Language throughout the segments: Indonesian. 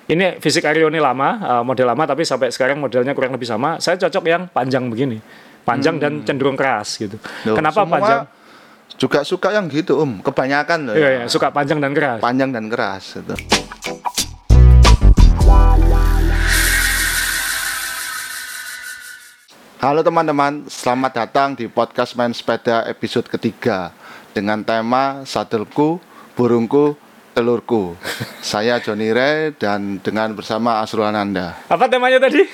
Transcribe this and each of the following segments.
ini fisik Aryo ini lama, model lama tapi sampai sekarang modelnya kurang lebih sama. Saya cocok yang panjang begini. Panjang dan cenderung keras gitu. Loh, kenapa panjang? Juga suka yang gitu kebanyakan loh. Iya, suka panjang dan keras. Panjang dan keras gitu. Halo teman-teman, selamat datang di podcast Main Sepeda episode ketiga dengan tema Sadelku, Burungku, Telurku. Saya Joni Ray dan dengan bersama Asrul Ananda. Apa temanya tadi?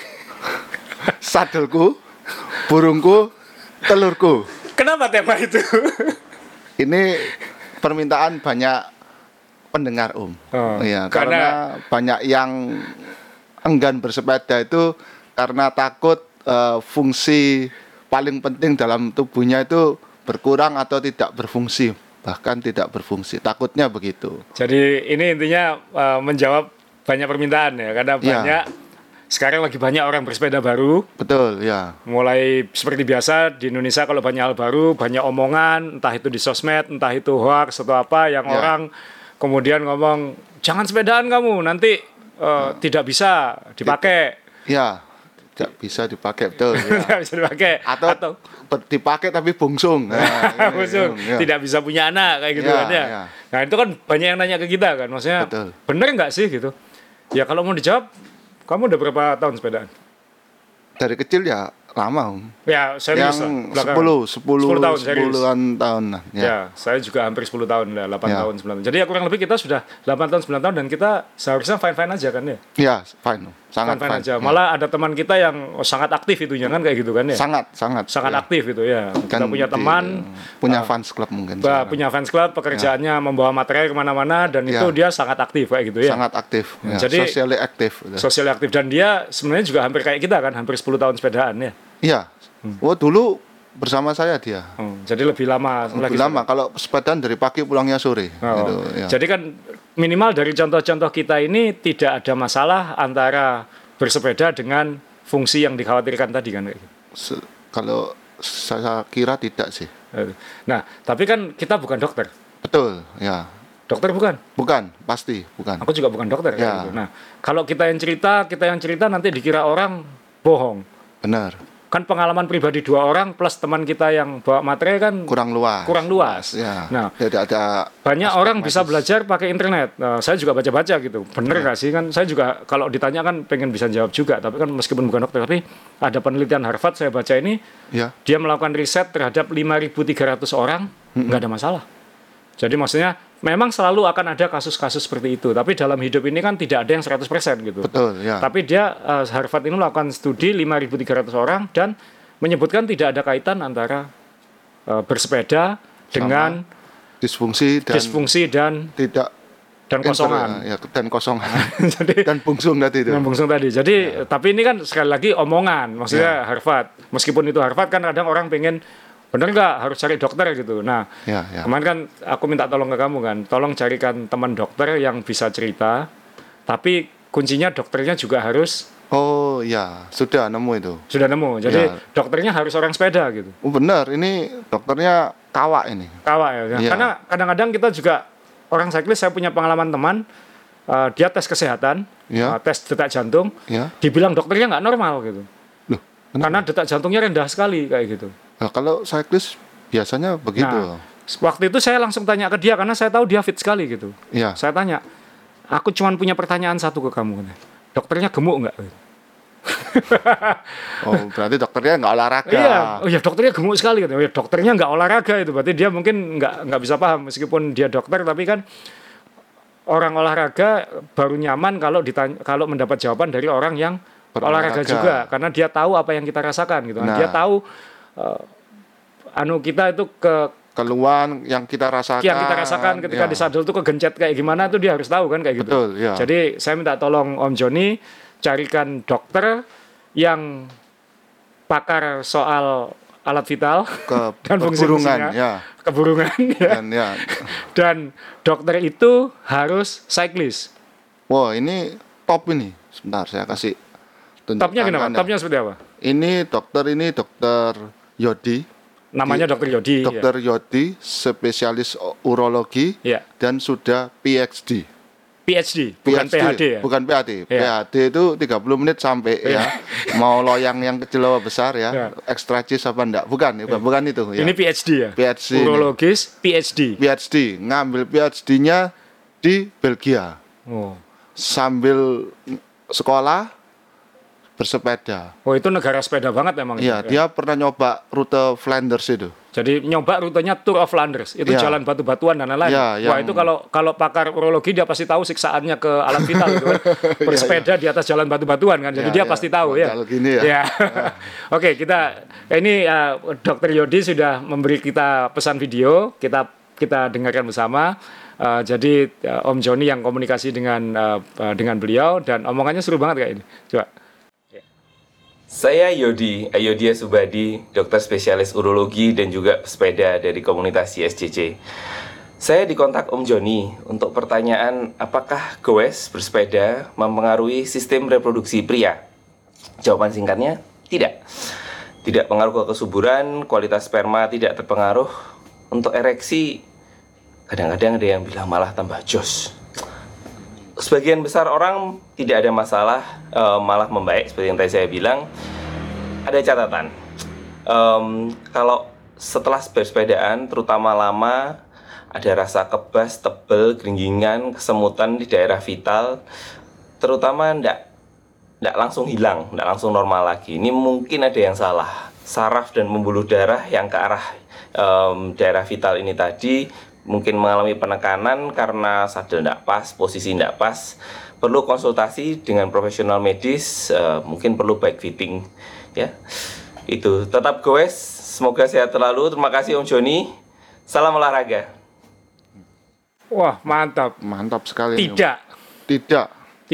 Sadelku, burungku, telurku. Kenapa tema itu? Ini permintaan banyak pendengar ya, karena banyak yang enggan bersepeda itu karena takut fungsi paling penting dalam tubuhnya itu berkurang atau tidak berfungsi, bahkan tidak berfungsi. Takutnya begitu. Jadi ini intinya menjawab banyak permintaan ya, karena banyak sekarang lagi banyak orang bersepeda baru. Betul, ya. Mulai seperti biasa di Indonesia kalau banyak hal baru, banyak omongan, entah itu di sosmed, entah itu hoax atau apa yang orang kemudian ngomong, jangan sepedaan kamu, nanti tidak bisa dipakai. Ya, tidak bisa dipakai, betul. Ya. Tidak bisa dipakai. Atau dipakai tapi bungsung. Nah, bungsung, tidak bisa punya anak kayak gitu kan ya. Nah itu kan banyak yang nanya ke kita kan, maksudnya bener nggak sih gitu? Ya kalau mau dijawab, kamu udah berapa tahun sepedaan? Dari kecil ya lama, Ya, serius yang lah. 10-an tahun lah. Ya, saya juga hampir 10 tahun, 8 tahun, 9 tahun. Jadi ya kurang lebih kita sudah 8 tahun, 9 tahun dan kita seharusnya fine-fine aja kan ya? Ya, fine. Sangat fine aja. Malah ada teman kita yang sangat aktif itunya kan kayak gitu kan ya? Sangat aktif itu ya. Kita punya teman punya fans club mungkin. Punya fans club, pekerjaannya membawa materi kemana-mana dan itu dia sangat aktif kayak gitu ya. Sangat aktif. Ya. Jadi sosial aktif dan dia sebenarnya juga hampir kayak kita kan, hampir 10 tahun sepedaan ya. Iya. Oh, dulu bersama saya dia. Jadi lebih lama. Kalau sepedaan dari pagi pulangnya sore. Gitu, ya. Jadi kan minimal dari contoh-contoh kita ini tidak ada masalah antara bersepeda dengan fungsi yang dikhawatirkan tadi kan. Kalau saya kira tidak sih. Nah, tapi kan kita bukan dokter. Betul, ya. Dokter bukan? Bukan, pasti bukan. Aku juga bukan dokter ya. Gitu. Nah, kalau kita yang cerita nanti dikira orang bohong. Benar. Kan pengalaman pribadi 2 orang plus teman kita yang bawa materi kan kurang luas. Ya. Nah, tidak ada banyak orang bisa belajar pakai internet. Nah, saya juga baca-baca gitu. Bener nggak sih kan? Saya juga kalau ditanya kan pengen bisa jawab juga. Tapi kan meskipun bukan dokter, tapi ada penelitian Harvard saya baca ini, dia melakukan riset terhadap 5.300 orang, nggak ada masalah. Jadi maksudnya memang selalu akan ada kasus-kasus seperti itu. Tapi dalam hidup ini kan tidak ada yang 100% gitu. Betul, ya. Tapi dia Harvard ini melakukan studi 5.300 orang dan menyebutkan tidak ada kaitan antara bersepeda dengan disfungsi dan tidak dan kosongan. Dan kosongan. Jadi, dan bungsung tadi itu. Dan bungsung tadi. Jadi tapi ini kan sekali lagi omongan. Maksudnya Harvard. Meskipun itu Harvard kan kadang orang pengen bener nggak harus cari dokter gitu. Nah, kemarin kan aku minta tolong ke kamu kan, tolong carikan teman dokter yang bisa cerita, tapi kuncinya dokternya juga harus. Oh ya, sudah nemu itu. Sudah nemu. Jadi dokternya harus orang sepeda gitu. Oh benar, ini dokternya kawak ini. Kawak ya. Karena kadang-kadang kita juga orang cyclist, saya punya pengalaman teman, dia tes kesehatan, tes detak jantung, dibilang dokternya nggak normal gitu. Loh, karena detak jantungnya rendah sekali kayak gitu. Nah, kalau cyclist biasanya begitu. Nah, waktu itu saya langsung tanya ke dia karena saya tahu dia fit sekali gitu. Saya tanya, aku cuma punya pertanyaan satu ke kamu, dokternya gemuk nggak? Oh, berarti dokternya nggak olahraga. Iya, dokternya gemuk sekali gitu. Dokternya nggak olahraga itu, berarti dia mungkin nggak bisa paham meskipun dia dokter, tapi kan orang olahraga baru nyaman kalau mendapat jawaban dari orang yang olahraga juga, karena dia tahu apa yang kita rasakan gitu. Dia tahu kita itu keluhan yang kita rasakan ketika di sadel itu kegencet kayak gimana tuh dia harus tahu kan kayak gitu. Betul, ya. Jadi saya minta tolong Om Joni carikan dokter yang pakar soal alat vital dan fungsi-fungsinya, keburungan dan dokter itu harus cyclist. Wow, ini top ini. Sebentar saya kasih tunjukkan. Topnya kenapa? Topnya seperti apa? Ini dokter Yodi. Namanya Dokter Yodi. Dokter Yodi, spesialis urologi dan sudah PhD. PhD, bukan PhD ya? Bukan PhD. Ya. PhD itu 30 menit sampai ya. Mau loyang yang kecil atau besar ya. Extra cheese apa enggak? Bukan itu ya. Ini PhD ya? PhD. Urologis PhD. PhD, ngambil PhD-nya di Belgia. Sambil sekolah bersepeda. Oh, itu negara sepeda banget emang. Iya, dia pernah nyoba rute Flanders itu. Jadi nyoba rutenya Tour of Flanders, itu jalan batu-batuan dan lain-lain. Wah, itu kalau pakar urologi dia pasti tahu siksaannya ke alam vital gitu kan. Bersepeda di atas jalan batu-batuan kan. Jadi dia pasti tahu ya. Gini ya. Oke, ini Dr. Yodi sudah memberi kita pesan video, kita dengarkan bersama. Jadi Om Joni yang komunikasi dengan beliau dan omongannya seru banget kayak ini. Coba. Saya Yodi, Ayodia Subadi, dokter spesialis urologi dan juga pesepeda dari komunitas ISCC. Saya dikontak Om Joni untuk pertanyaan apakah goes bersepeda mempengaruhi sistem reproduksi pria? Jawaban singkatnya, tidak. Tidak pengaruh ke kesuburan, kualitas sperma tidak terpengaruh. Untuk ereksi, kadang-kadang ada yang bilang malah tambah jos. Sebagian besar orang tidak ada masalah, malah membaik seperti yang tadi saya bilang. Ada catatan, kalau setelah bersepedaan terutama lama, ada rasa kebas, tebel, geringgingan, kesemutan di daerah vital, terutama tidak langsung hilang, tidak langsung normal lagi. Ini mungkin ada yang salah, saraf dan pembuluh darah yang ke arah daerah vital ini tadi mungkin mengalami penekanan karena sadel tidak pas, posisi tidak pas, perlu konsultasi dengan profesional medis, mungkin perlu bike fitting, ya. Itu tetap goes, semoga sehat selalu. Terima kasih Om Joni, salam olahraga. Wah, mantap sekali. Tidak.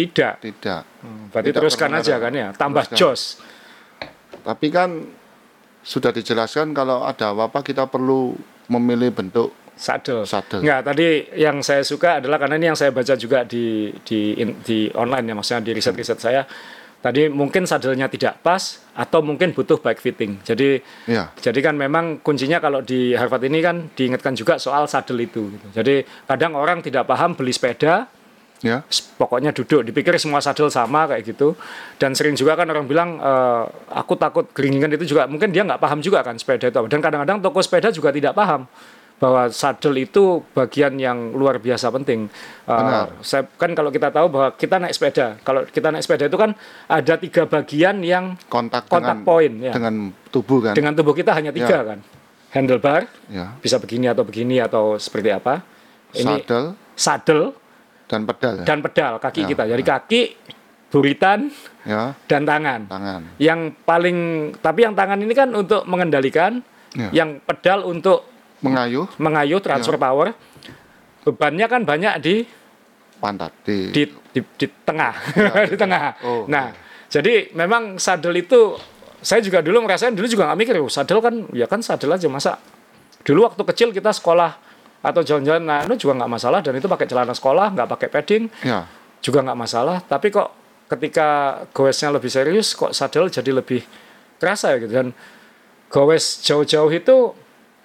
Berarti Tidak teruskan aja kan ya, tambah jos. Tapi kan sudah dijelaskan kalau ada apa-apa kita perlu memilih bentuk sadel. Enggak, tadi yang saya suka adalah karena ini yang saya baca juga di online ya, maksudnya di riset saya. Tadi mungkin sadelnya tidak pas atau mungkin butuh bike fitting. Jadi kan memang kuncinya kalau di Harvard ini kan diingatkan juga soal sadel itu. Gitu. Jadi kadang orang tidak paham beli sepeda, pokoknya duduk, dipikir semua sadel sama kayak gitu. Dan sering juga kan orang bilang aku takut geringgingan, itu juga mungkin dia nggak paham juga kan sepeda itu. Dan kadang-kadang toko sepeda juga tidak paham bahwa sadel itu bagian yang luar biasa penting. Saya kan kalau kita tahu bahwa kita naik sepeda, kalau kita naik sepeda itu kan ada 3 bagian yang kontak point ya. Dengan tubuh kan. Dengan tubuh kita hanya 3 kan. Handlebar, bisa begini atau seperti apa. Ini sadel dan pedal kaki kita. Jadi kaki, buritan, dan tangan. Yang tapi yang tangan ini kan untuk mengendalikan, yang pedal untuk mengayuh transfer power. Bebannya kan banyak di pantat, di tengah. Di tengah. Jadi memang sadel itu saya juga dulu ngerasain, dulu juga nggak mikir, sadel kan ya kan sadel aja, masa dulu waktu kecil kita sekolah atau jalan-jalan itu juga nggak masalah, dan itu pakai celana sekolah, nggak pakai padding juga nggak masalah. Tapi kok ketika goesnya lebih serius, kok sadel jadi lebih kerasa ya gitu. Dan goes jauh-jauh itu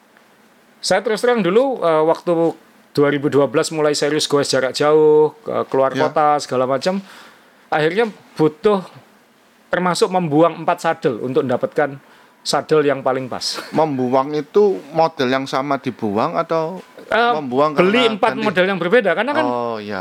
saya terus terang dulu waktu 2012 mulai serius goes jarak jauh, keluar kota segala macam, akhirnya butuh termasuk membuang 4 sadel untuk mendapatkan sadel yang paling pas. Membuang itu model yang sama dibuang atau membuang beli 4 model yang berbeda karena kan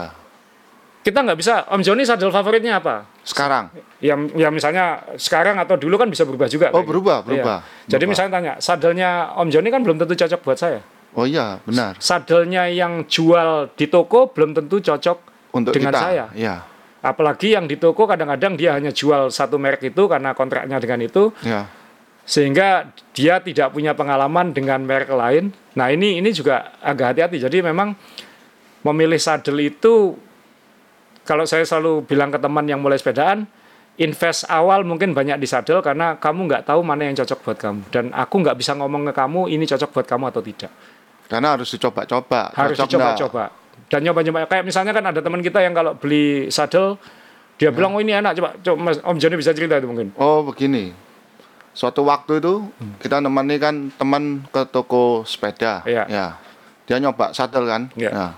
kita nggak bisa, Om Joni sadel favoritnya apa? Sekarang? Ya misalnya sekarang atau dulu kan bisa berubah juga. Oh, berubah. Jadi misalnya tanya, sadelnya Om Joni kan belum tentu cocok buat saya. Oh iya, benar. Sadelnya yang jual di toko belum tentu cocok untuk dengan kita. saya. Ya. Apalagi yang di toko kadang-kadang dia hanya jual satu merek itu karena kontraknya dengan itu. Sehingga dia tidak punya pengalaman dengan merek lain. Nah, ini juga agak hati-hati. Jadi memang memilih sadel itu, kalau saya selalu bilang ke teman yang mulai sepedaan, invest awal mungkin banyak di sadel karena kamu nggak tahu mana yang cocok buat kamu. Dan aku nggak bisa ngomong ke kamu ini cocok buat kamu atau tidak. Karena harus dicoba-coba. Harus dicoba-coba. Dan nyoba-nyoba. Kayak misalnya kan ada teman kita yang kalau beli sadel, dia bilang, oh ini enak, coba Om Joni bisa cerita itu mungkin. Oh begini, suatu waktu itu kita nemani kan teman ke toko sepeda. Dia nyoba sadel kan.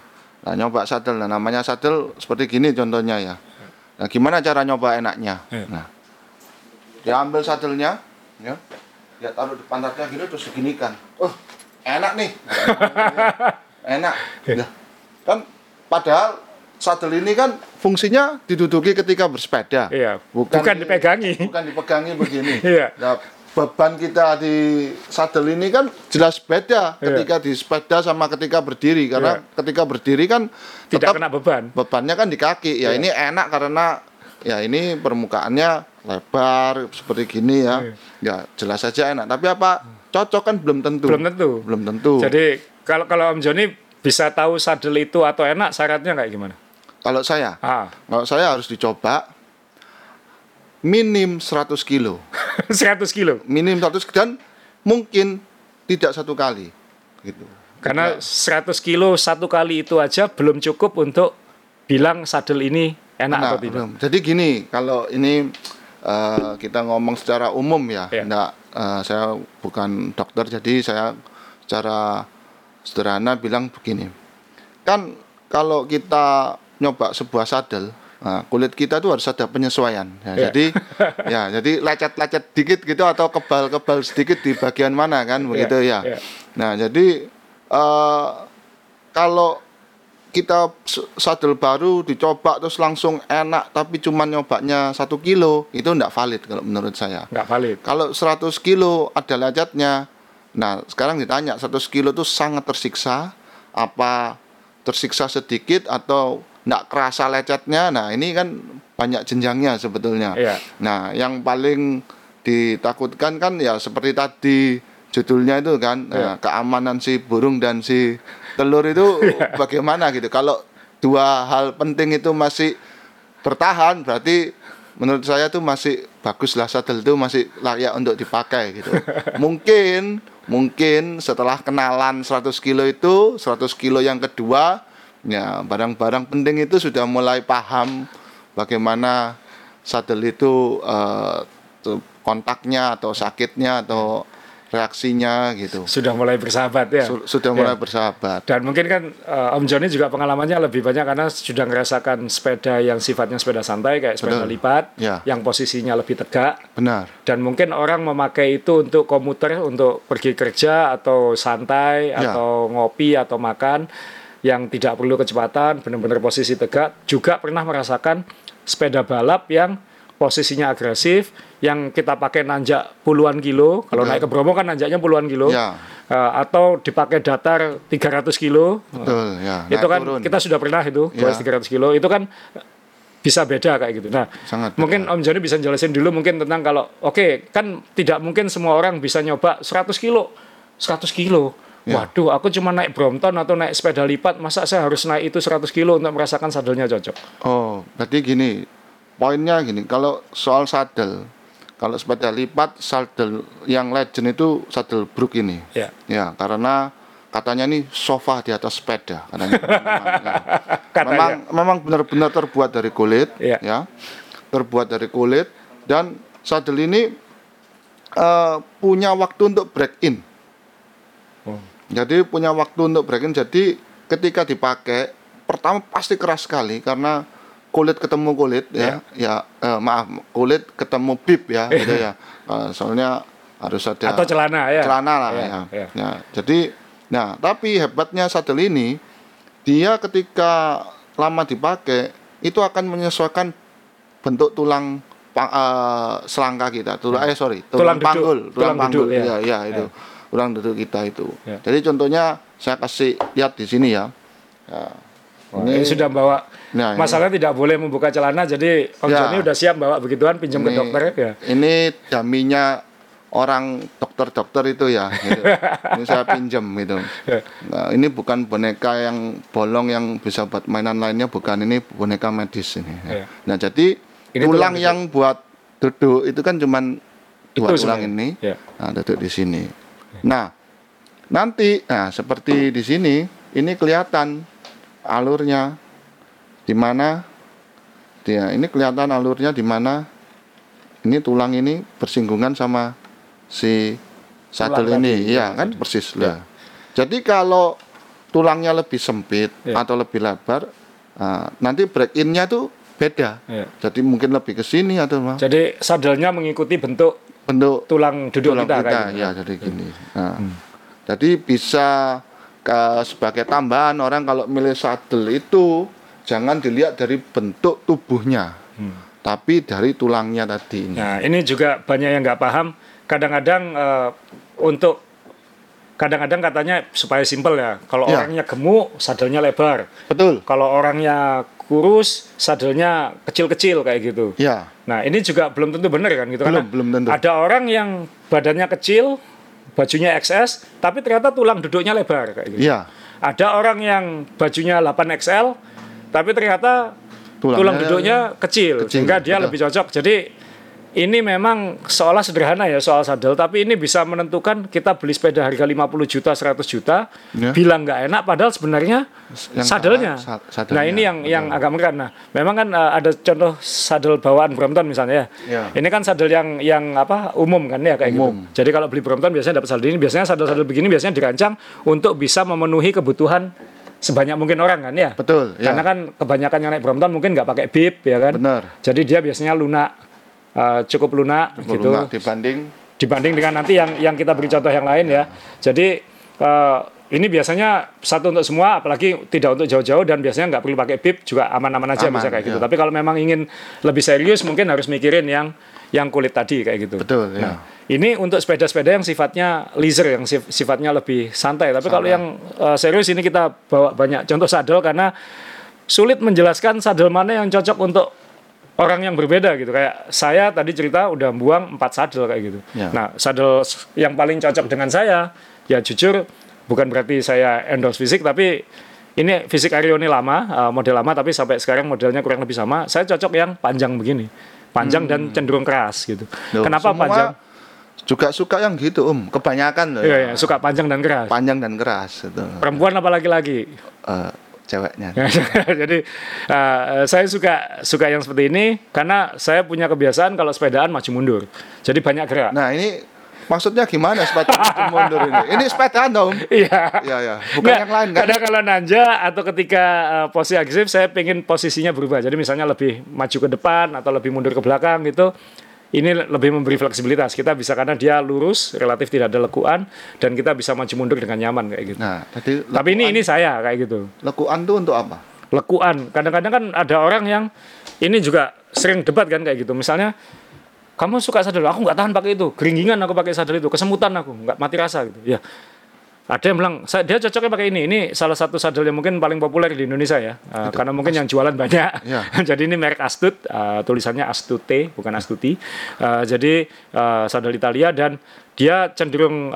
Nah, nyoba sadel. Nah, namanya sadel seperti gini contohnya ya. Nah, gimana cara nyoba enaknya? Nah, dia ambil sadelnya, ya. Dia taruh depan tasnya gini terus diginikan. Oh, enak nih. Enak. Nah, kan padahal sadel ini kan fungsinya diduduki ketika bersepeda. Iya. Bukan dipegangi. Bukan dipegangi begini. Iya. Nah, beban kita di sadel ini kan jelas beda ketika di sepeda sama ketika berdiri, karena ketika berdiri kan tidak kena beban. Bebannya kan di kaki. Ya ini enak karena ya ini permukaannya lebar seperti gini ya. Ya jelas saja enak. Tapi apa cocok kan belum tentu. Belum tentu. Jadi kalau Om Joni bisa tahu sadel itu atau enak, syaratnya kayak gimana? Kalau saya harus dicoba minim 100 kilo. 100 kilo? Minim 100 dan mungkin tidak satu kali gitu. Karena 100 kilo satu kali itu aja belum cukup untuk bilang sadel ini enak atau tidak. Belum. Jadi gini, kalau ini kita ngomong secara umum ya. Saya bukan dokter, jadi saya secara sederhana bilang begini. Kan kalau kita nyoba sebuah sadel, kulit kita tuh harus ada penyesuaian. Jadi jadi lecet-lecet dikit gitu atau kebal-kebal sedikit di bagian mana kan begitu ya. Nah, jadi kalau kita sadel baru dicoba terus langsung enak tapi cuma nyobanya 1 kilo, itu enggak valid kalau menurut saya. Enggak valid. Kalau 100 kilo ada lecetnya. Nah, sekarang ditanya 100 kilo itu sangat tersiksa, apa tersiksa sedikit atau enggak kerasa lecetnya. Nah, ini kan banyak jenjangnya sebetulnya. Nah, yang paling ditakutkan kan ya seperti tadi judulnya itu kan, keamanan si burung dan si telur itu bagaimana gitu. Kalau dua hal penting itu masih bertahan, berarti menurut saya tuh masih baguslah sadel itu masih layak untuk dipakai gitu. Mungkin setelah kenalan 100 kilo itu, 100 kilo yang kedua, ya barang-barang penting itu sudah mulai paham bagaimana sadel itu kontaknya atau sakitnya atau reaksinya gitu. Sudah mulai bersahabat ya. Sudah mulai bersahabat. Dan mungkin kan Om Joni juga pengalamannya lebih banyak karena sudah merasakan sepeda yang sifatnya sepeda santai kayak sepeda lipat yang posisinya lebih tegak. Benar. Dan mungkin orang memakai itu untuk komuter, untuk pergi kerja atau santai atau ngopi atau makan yang tidak perlu kecepatan, benar-benar posisi tegak. Juga pernah merasakan sepeda balap yang posisinya agresif, yang kita pakai nanjak puluhan kilo. Kalau naik ke Bromo kan nanjaknya puluhan kilo. Atau dipakai datar 300 kilo. Betul, itu kan turun. Kita sudah pernah itu 300 kilo. Itu kan bisa beda kayak gitu. Nah, mungkin Om Joni bisa jelasin dulu mungkin tentang kalau kan tidak mungkin semua orang bisa nyoba 100 kilo. 100 kilo. Waduh, aku cuma naik Brompton atau naik sepeda lipat, masa saya harus naik itu 100 kilo untuk merasakan sadelnya cocok? Oh, berarti gini. Poinnya gini, kalau soal sadel, kalau sepeda lipat, sadel yang legend itu sadel Brook ini. Ya, karena katanya nih sofa di atas sepeda. Memang benar-benar terbuat dari kulit, terbuat dari kulit, dan sadel ini punya waktu untuk break in. Jadi punya waktu untuk break in. Jadi ketika dipakai, pertama pasti keras sekali karena kulit ketemu kulit kulit ketemu bib ya gitu ya. Soalnya harus ada atau celana lah ya. Jadi tapi hebatnya sadel ini, dia ketika lama dipakai itu akan menyesuaikan bentuk tulang selangka kita, tulang panggul itu. Tulang duduk kita itu. Jadi contohnya saya kasih lihat di sini ya. Ini sudah bawa. Masalahnya tidak boleh membuka celana, jadi Om Joni udah siap bawa begituan pinjam ke dokter ya. Ini daminya orang dokter-dokter itu ya. Gitu. Ini saya pinjam gitu. Nah, ini bukan boneka yang bolong yang bisa buat mainan lainnya, bukan, ini boneka medis ini. Nah, jadi ini tulang yang buat duduk itu kan cuman dua tulang ini. Nah, duduk di sini. Nah, nanti seperti di sini ini kelihatan alurnya di mana ini kelihatan alurnya di mana ini tulang ini bersinggungan sama si sadel ini kan persis lah. Jadi kalau tulangnya lebih sempit atau lebih lebar, nanti break in-nya tuh beda. Jadi mungkin lebih ke sini atau jadi sadelnya mengikuti bentuk tulang duduk kita kayak gitu. Ya, jadi gini. Jadi bisa sebagai tambahan, orang kalau milih sadel itu jangan dilihat dari bentuk tubuhnya, tapi dari tulangnya tadi ini. Nah, ini juga banyak yang nggak paham. Kadang-kadang kadang-kadang katanya supaya simpel ya. Kalau orangnya gemuk, sadelnya lebar. Betul. Kalau orangnya kurus, sadelnya kecil-kecil kayak gitu. Ya. Nah, ini juga belum tentu benar kan gitu. Belum tentu. Ada orang yang badannya kecil, bajunya XS, tapi ternyata tulang duduknya lebar kayak gitu. Ya. Ada orang yang bajunya 8XL, tapi ternyata tulang duduknya kecil sehingga dia lebih cocok. Jadi ini memang seolah sederhana ya soal sadel, tapi ini bisa menentukan kita beli sepeda harga 50 juta, 100 juta, bilang nggak enak, padahal sebenarnya sadelnya. Nah ini yang agak mengerikan. Nah memang kan ada contoh sadel bawaan Brompton misalnya ya. Ini kan sadel yang umum kan ya kayak gitu. Jadi kalau beli Brompton biasanya dapat sadel ini. Biasanya sadel-sadel begini biasanya dirancang untuk bisa memenuhi kebutuhan sebanyak mungkin orang kan ya. Betul. Karena kan kebanyakan yang naik Brompton mungkin nggak pakai bib ya kan. Benar. Jadi dia biasanya lunak. Cukup lunak gitu dibanding dengan nanti yang kita beri contoh yang lain ya. Jadi ini biasanya satu untuk semua, apalagi tidak untuk jauh-jauh, dan biasanya nggak perlu pakai bib juga aman-aman aja bisa kayak gitu. Tapi kalau memang ingin lebih serius mungkin harus mikirin yang kulit tadi kayak gitu. Betul. Nah, ini untuk sepeda-sepeda yang sifatnya leisure, yang sifatnya lebih santai. Tapi kalau yang serius ini kita bawa banyak contoh sadel karena sulit menjelaskan sadel mana yang cocok untuk orang yang berbeda gitu. Kayak saya tadi cerita udah buang 4 sadel kayak gitu. Nah, sadel yang paling cocok dengan saya, ya jujur bukan berarti saya endorse fisik, tapi ini fisik Arione lama, model lama, tapi sampai sekarang modelnya kurang lebih sama. Saya cocok yang panjang begini, panjang dan cenderung keras gitu. Kenapa panjang? Juga suka yang gitu kebanyakan loh. Iya, suka panjang dan keras. Panjang dan keras itu. Perempuan apa laki-laki? Ceweknya. Jadi saya suka yang seperti ini karena saya punya kebiasaan kalau sepedaan maju mundur. Jadi banyak gerak. Nah, ini maksudnya gimana sepeda maju mundur ini? Ini sepedaan dong. Iya. Bukan yang lain kan. Kadang kalau nanja atau ketika posisi agresif saya pengen posisinya berubah. Jadi misalnya lebih maju ke depan atau lebih mundur ke belakang gitu. Ini lebih memberi fleksibilitas. Kita bisa karena dia lurus, relatif tidak ada lekuan, dan kita bisa maju mundur dengan nyaman kayak gitu. Nah, tapi ini saya kayak gitu. Lekuan itu untuk apa? Lekuan. Kadang-kadang kan ada orang yang ini juga sering debat kan kayak gitu. Misalnya, kamu suka sadel, aku nggak tahan pakai itu. Geringgingan aku pakai sadel itu, kesemutan aku, nggak mati rasa gitu. Ya. Ada yang bilang, dia cocoknya pakai ini. Ini salah satu sadel yang mungkin paling populer di Indonesia ya. Karena mungkin yang jualan banyak. Jadi ini merek Astut, tulisannya Astute, bukan Astuti. Jadi sadel Italia dan dia cenderung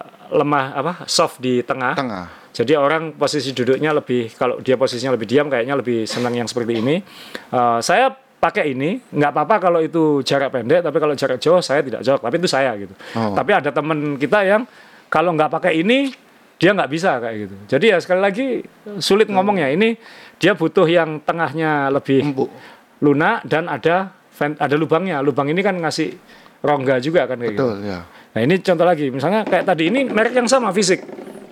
lemah, soft di tengah. Jadi orang posisi duduknya lebih, kalau dia posisinya lebih diam, kayaknya lebih senang yang seperti ini. Saya pakai ini, nggak apa-apa kalau itu jarak pendek, tapi kalau jarak jauh saya tidak cocok. Tapi itu saya gitu. Tapi ada teman kita yang kalau nggak pakai ini dia nggak bisa kayak gitu. Jadi ya sekali lagi sulit ngomongnya. Ini dia butuh yang tengahnya lebih lunak dan ada lubangnya. Lubang ini kan ngasih rongga juga kan kayak gitu. Ya. Nah ini contoh lagi. Misalnya kayak tadi ini merek yang sama fisik.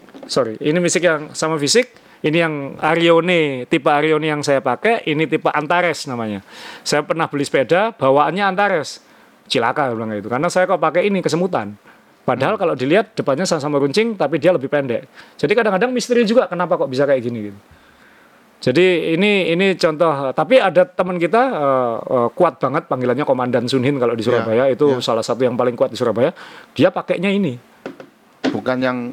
Ini fisik yang sama fisik. Ini yang Arione, tipe Arione yang saya pakai. Ini tipe Antares namanya. Saya pernah beli sepeda bawaannya Antares. Cilaka bilang gitu. Karena saya kok pakai ini kesemutan. Padahal kalau dilihat depannya sama-sama runcing, tapi dia lebih pendek. Jadi kadang-kadang misteri juga kenapa kok bisa kayak gini gitu. Jadi ini contoh. Tapi ada teman kita kuat banget, panggilannya Komandan Sunhin kalau di Surabaya. Itu salah satu yang paling kuat di Surabaya. Dia pakainya ini. Bukan yang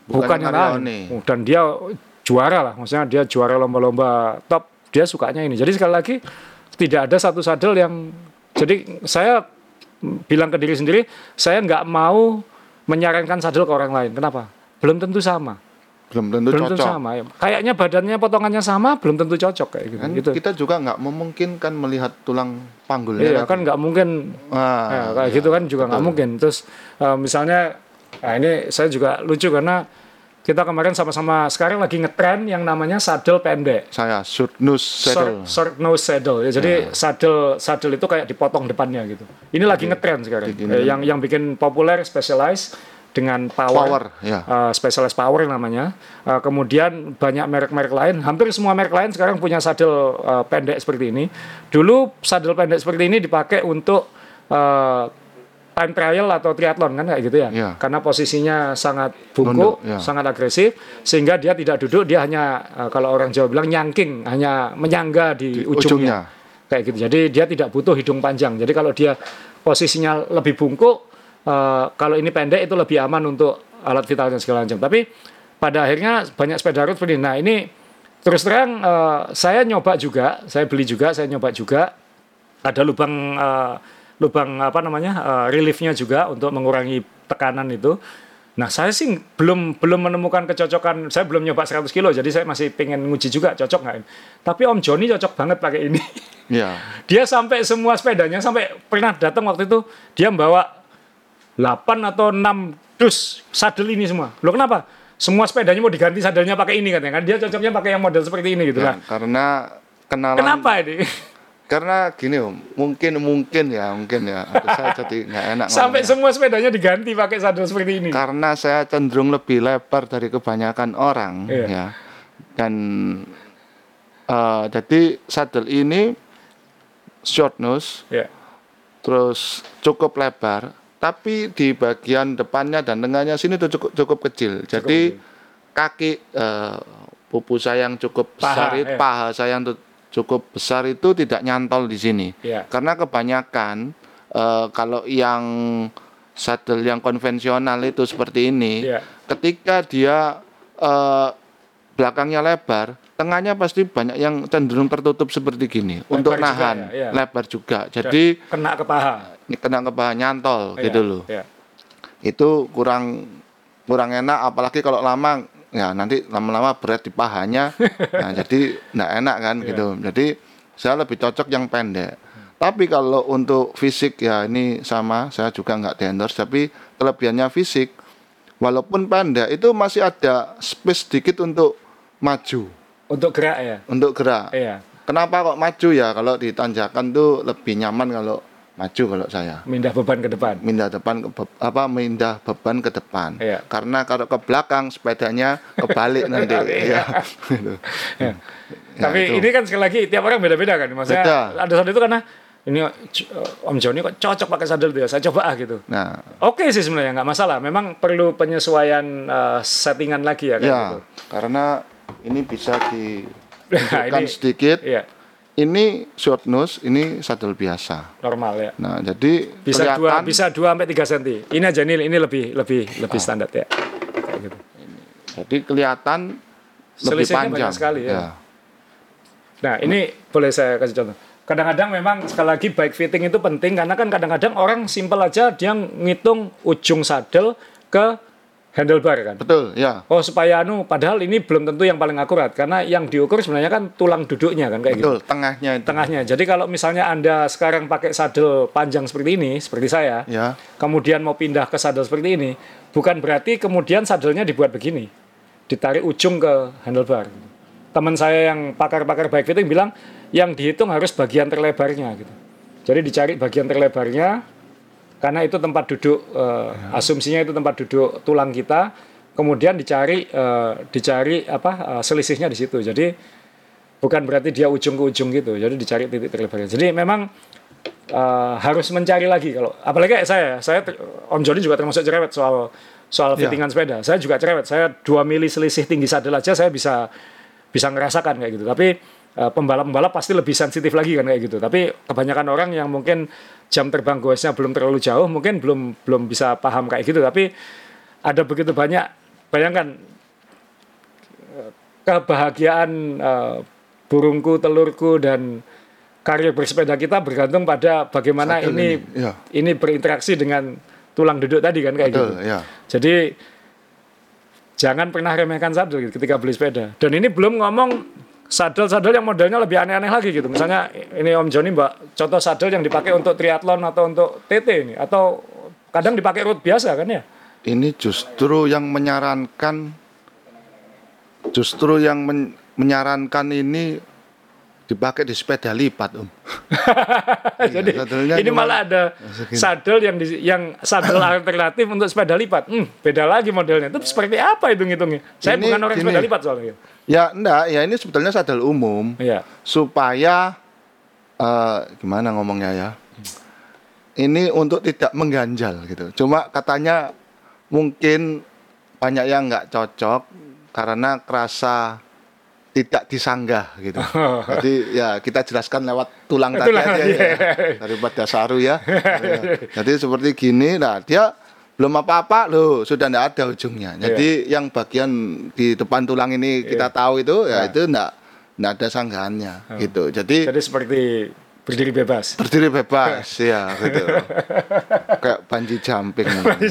lain. Dan dia juara lah. Maksudnya dia juara lomba-lomba top. Dia sukanya ini. Jadi sekali lagi tidak ada satu sadel yang. Jadi saya bilang ke diri sendiri, saya nggak mau menyarankan sadel ke orang lain. Kenapa? Belum tentu sama. Belum tentu sama. Kayaknya badannya potongannya sama, belum tentu cocok kayak gitu. Kan kita juga nggak memungkinkan melihat tulang panggulnya. Iya, kan nggak mungkin. Kayak gitu kan juga nggak mungkin. Terus misalnya, ini saya juga lucu karena kita kemarin sama-sama sekarang lagi ngetren yang namanya sadel pendek. Saya short nose saddle. Short nose saddle. Ya, jadi sadel itu kayak dipotong depannya gitu. Ini lagi ngetren sekarang. Yang bikin populer Specialized dengan power Specialized Power namanya. Kemudian banyak merek-merek lain, hampir semua merek lain sekarang punya sadel pendek seperti ini. Dulu sadel pendek seperti ini dipakai untuk time trial atau triathlon kan kayak gitu ya. Karena posisinya sangat bungkuk, sangat agresif, sehingga dia tidak duduk, dia hanya kalau orang Jawa bilang nyangking, hanya menyangga di ujungnya. Kayak gitu. Jadi dia tidak butuh hidung panjang. Jadi kalau dia posisinya lebih bungkuk, kalau ini pendek itu lebih aman untuk alat vital dan segala macam. Tapi pada akhirnya banyak sepeda road seperti ini. Nah ini terus terang saya nyoba juga, saya beli juga, saya nyoba juga. Ada lubang reliefnya juga untuk mengurangi tekanan itu. Nah saya sih belum menemukan kecocokan. Saya belum nyoba 100 kilo, jadi saya masih pengen nguji juga cocok nggak. Tapi Om Joni cocok banget pakai ini. Dia sampai semua sepedanya, sampai pernah datang waktu itu dia membawa 8 atau 6 dus sadel ini semua. Loh kenapa? Semua sepedanya mau diganti sadelnya pakai ini katanya kan. Dia cocoknya pakai yang model seperti ini gitu kan. Karena kenalan. Kenapa ini? Karena gini Om, mungkin ya. Saya jadi nggak enak. Sampai semua sepedanya diganti pakai sadel seperti ini. Karena saya cenderung lebih lebar dari kebanyakan orang ya. Dan jadi sadel ini short nose, terus cukup lebar. Tapi di bagian depannya dan tengahnya sini tuh cukup kecil. Jadi kaki pupu saya yang cukup besar, paha saya yang cukup besar itu tidak nyantol di sini. Karena kebanyakan kalau yang sadel yang konvensional itu seperti ini, ketika dia belakangnya lebar, tengahnya pasti banyak yang cenderung tertutup seperti gini lebar untuk nahan juga, lebar juga. Jadi kena ke paha. Nyantol gitu loh. Itu kurang enak, apalagi kalau lama ya nanti lama-lama berat di pahanya. Nah, jadi enggak enak kan gitu. Jadi saya lebih cocok yang pendek. Tapi kalau untuk fisik ya ini sama, saya juga enggak di-endorse, tapi kelebihannya fisik walaupun pendek itu masih ada space sedikit untuk maju. Untuk gerak ya? Untuk gerak. Kenapa kok maju ya? Kalau di tanjakan tuh lebih nyaman kalau maju kalau saya. Mindah beban ke depan. Mindah beban ke depan. Karena kalau ke belakang sepedanya kebalik nanti. Tapi itu. Ini kan sekali lagi tiap orang beda-beda kan. Maksudnya ada sadel itu karena ini Om Joni kok cocok pakai sadel itu ya. Saya coba gitu. Nah, oke sih sebenarnya nggak masalah. Memang perlu penyesuaian settingan lagi ya. Gitu. Karena ini bisa ditunjukkan sedikit. Ini short nose, ini sadel biasa. Normal ya. Nah, jadi bisa 2 sampai 3 cm. Ini aja ini lebih standar ya. Kayak gitu. Jadi kelihatan lebih panjang banyak sekali ya. Nah, ini boleh saya kasih contoh. Kadang-kadang memang sekali lagi bike fitting itu penting karena kan kadang-kadang orang simpel aja dia ngitung ujung sadel ke handlebar kan. Betul, ya. Oh, supaya padahal ini belum tentu yang paling akurat karena yang diukur sebenarnya kan tulang duduknya kan kayak gitu. Betul, tengahnya itu. Tengahnya. Jadi kalau misalnya Anda sekarang pakai sadel panjang seperti ini, seperti saya, kemudian mau pindah ke sadel seperti ini, bukan berarti kemudian sadelnya dibuat begini. Ditarik ujung ke handlebar. Teman saya yang pakar-pakar bike fitting bilang yang dihitung harus bagian terlebarnya gitu. Jadi dicari bagian terlebarnya karena itu tempat duduk asumsinya itu tempat duduk tulang kita, kemudian dicari selisihnya di situ. Jadi bukan berarti dia ujung ke ujung gitu. Jadi dicari titik terlebarnya. Jadi memang harus mencari lagi kalau apalagi saya Om Joni juga termasuk cerewet soal fittingan sepeda. Saya juga cerewet. Saya 2 mili selisih tinggi sadel aja saya bisa ngerasakan kayak gitu. Tapi pembalap-pembalap pasti lebih sensitif lagi kan kayak gitu. Tapi kebanyakan orang yang mungkin jam terbang goesnya belum terlalu jauh, mungkin belum bisa paham kayak gitu. Tapi ada begitu banyak, bayangkan kebahagiaan burungku, telurku dan karir bersepeda kita bergantung pada bagaimana ini berinteraksi dengan tulang duduk tadi kan kayak gitu. Ya. Jadi jangan pernah remehkan sadel gitu ketika beli sepeda. Dan ini belum ngomong sadel-sadel yang modelnya lebih aneh-aneh lagi gitu. Misalnya ini Om Joni contoh sadel yang dipakai untuk triathlon atau untuk TT ini atau kadang dipakai road biasa kan ya. Ini justru yang menyarankan ini Dipakai di sepeda lipat, Om. Jadi ini malah ada sadel yang sadel alternatif untuk sepeda lipat. Beda lagi modelnya. Itu seperti apa hitungnya? Saya bukan orang sepeda lipat soalnya. Ya enggak, ya ini sebetulnya sadel umum. Iya. Supaya gimana ngomongnya ya? Ini untuk tidak mengganjal gitu. Cuma katanya mungkin banyak yang nggak cocok karena kerasa tidak disanggah gitu. Jadi ya kita jelaskan lewat tulang tadi aja ya. Daripada saru ya. Jadi seperti gini, nah dia belum apa-apa loh, sudah tidak ada ujungnya. Jadi yang bagian di depan tulang ini kita tahu itu ya itu enggak ada sanggahannya gitu. Jadi seperti berdiri bebas ya gitu. Kayak bungee jumping.